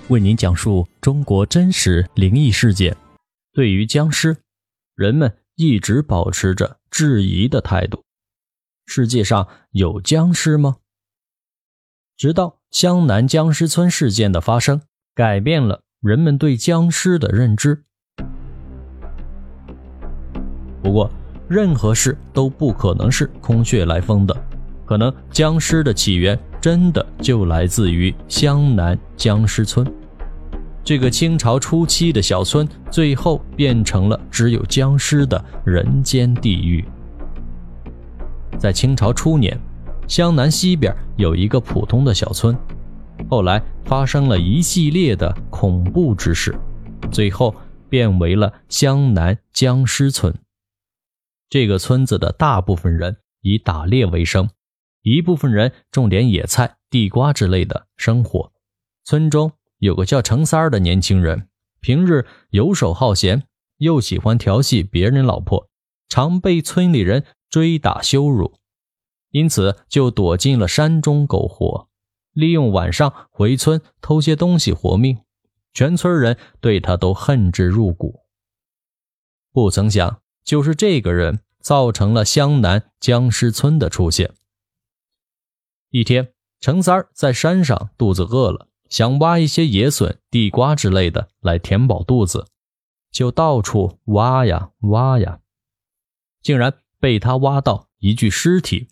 为您讲述中国真实灵异事件。对于僵尸，人们一直保持着质疑的态度。世界上有僵尸吗？直到湘南僵尸村事件的发生，改变了人们对僵尸的认知。不过，任何事都不可能是空穴来风的，可能僵尸的起源真的就来自于湘南僵尸村。这个清朝初期的小村，最后变成了只有僵尸的人间地狱。在清朝初年，湘南西边有一个普通的小村，后来发生了一系列的恐怖之事，最后变为了湘南僵尸村。这个村子的大部分人以打猎为生，一部分人种点野菜、地瓜之类的生活。村中有个叫程三儿的年轻人，平日游手好闲，又喜欢调戏别人老婆，常被村里人追打羞辱，因此就躲进了山中苟活，利用晚上回村偷些东西活命，全村人对他都恨之入骨。不曾想，就是这个人造成了湘南僵尸村的出现。一天，程三儿在山上肚子饿了，想挖一些野笋、地瓜之类的来填饱肚子，就到处挖呀挖呀，竟然被他挖到一具尸体。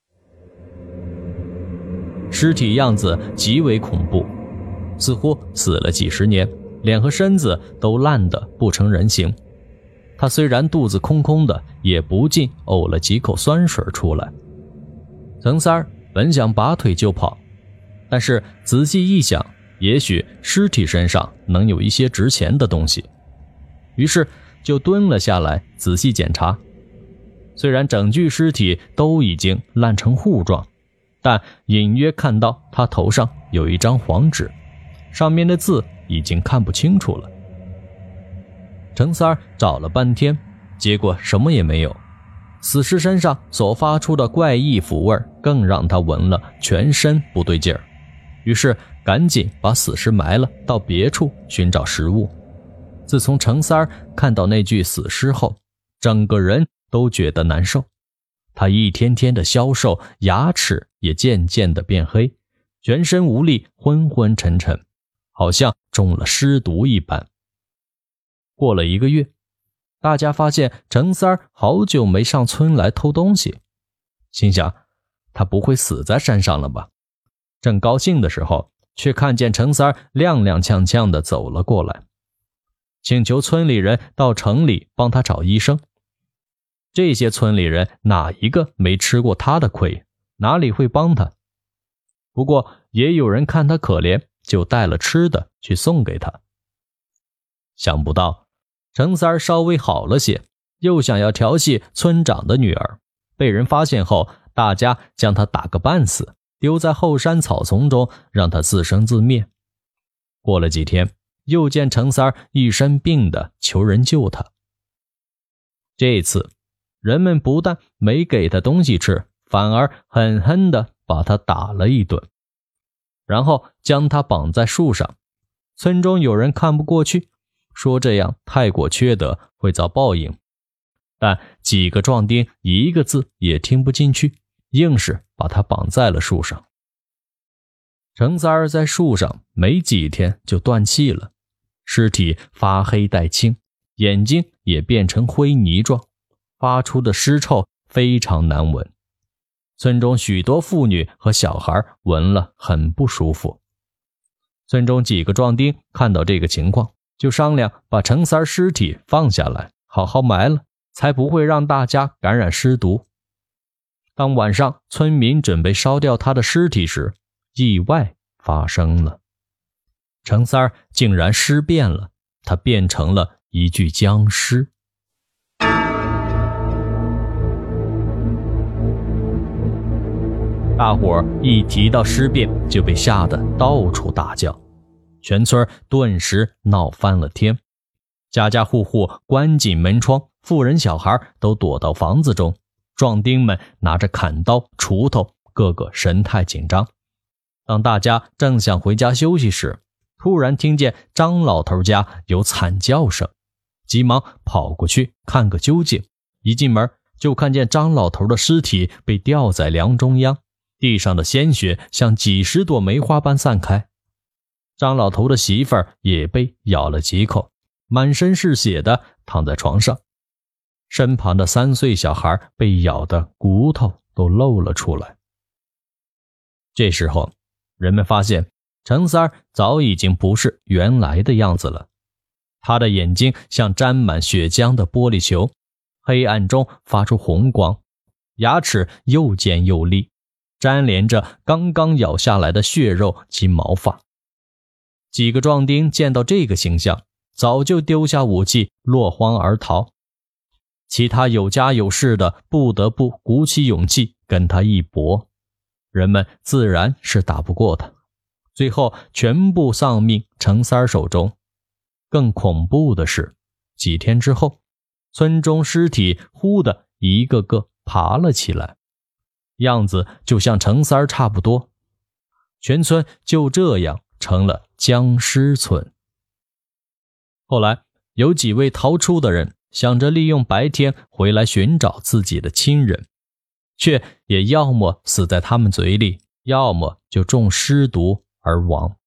尸体样子极为恐怖，似乎死了几十年，脸和身子都烂得不成人形。他虽然肚子空空的，也不禁呕了几口酸水出来。程三儿本想拔腿就跑，但是仔细一想，也许尸体身上能有一些值钱的东西，于是就蹲了下来仔细检查。虽然整具尸体都已经烂成糊状，但隐约看到他头上有一张黄纸，上面的字已经看不清楚了。程三儿找了半天，结果什么也没有。死尸身上所发出的怪异腐味更让他闻了全身不对劲儿，于是赶紧把死尸埋了，到别处寻找食物。自从程三儿看到那具死尸后，整个人都觉得难受。他一天天的消瘦，牙齿也渐渐的变黑，全身无力，昏昏沉沉，好像中了尸毒一般。过了1个月，大家发现程三儿好久没上村来偷东西，心想他不会死在山上了吧？正高兴的时候，却看见程三儿踉踉跄跄地走了过来，请求村里人到城里帮他找医生。这些村里人哪一个没吃过他的亏，哪里会帮他？不过也有人看他可怜，就带了吃的去送给他。想不到程三儿稍微好了些，又想要调戏村长的女儿，被人发现后，大家将他打个半死，丢在后山草丛中，让他自生自灭。过了几天，又见程三儿一身病的求人救他。这次人们不但没给他东西吃，反而狠狠地把他打了一顿，然后将他绑在树上。村中有人看不过去，说这样太过缺德，会遭报应，但几个壮丁一个字也听不进去，硬是把他绑在了树上。程三儿在树上没几天就断气了，尸体发黑带青，眼睛也变成灰泥状，发出的尸臭非常难闻。村中许多妇女和小孩闻了很不舒服。村中几个壮丁看到这个情况，就商量把程三儿尸体放下来，好好埋了，才不会让大家感染尸毒。当晚上村民准备烧掉他的尸体时，意外发生了。程三儿竟然尸变了，他变成了一具僵尸。大伙儿一提到尸变就被吓得到处大叫，全村顿时闹翻了天，家家户户关紧门窗，妇人小孩都躲到房子中，壮丁们拿着砍刀、锄头，个个神态紧张。当大家正想回家休息时， 突然听见张老头家有惨叫声，急忙跑过去看个究竟。一进门就看见张老头的尸体被吊在梁中央，地上的鲜血像几十朵梅花般散开。张老头的媳妇儿也被咬了几口，满身是血的躺在床上，身旁的3岁小孩被咬得骨头都露了出来。这时候人们发现程三早已经不是原来的样子了，他的眼睛像沾满血浆的玻璃球，黑暗中发出红光，牙齿又尖又利，沾连着刚刚咬下来的血肉及毛发。几个壮丁见到这个形象，早就丢下武器落荒而逃，其他有家有室的不得不鼓起勇气跟他一搏，人们自然是打不过他，最后全部丧命程三手中。更恐怖的是，几天之后，村中尸体忽的一个个爬了起来，样子就像程三差不多，全村就这样成了僵尸村。后来有几位逃出的人想着利用白天回来寻找自己的亲人，却也要么死在他们嘴里，要么就中尸毒而亡。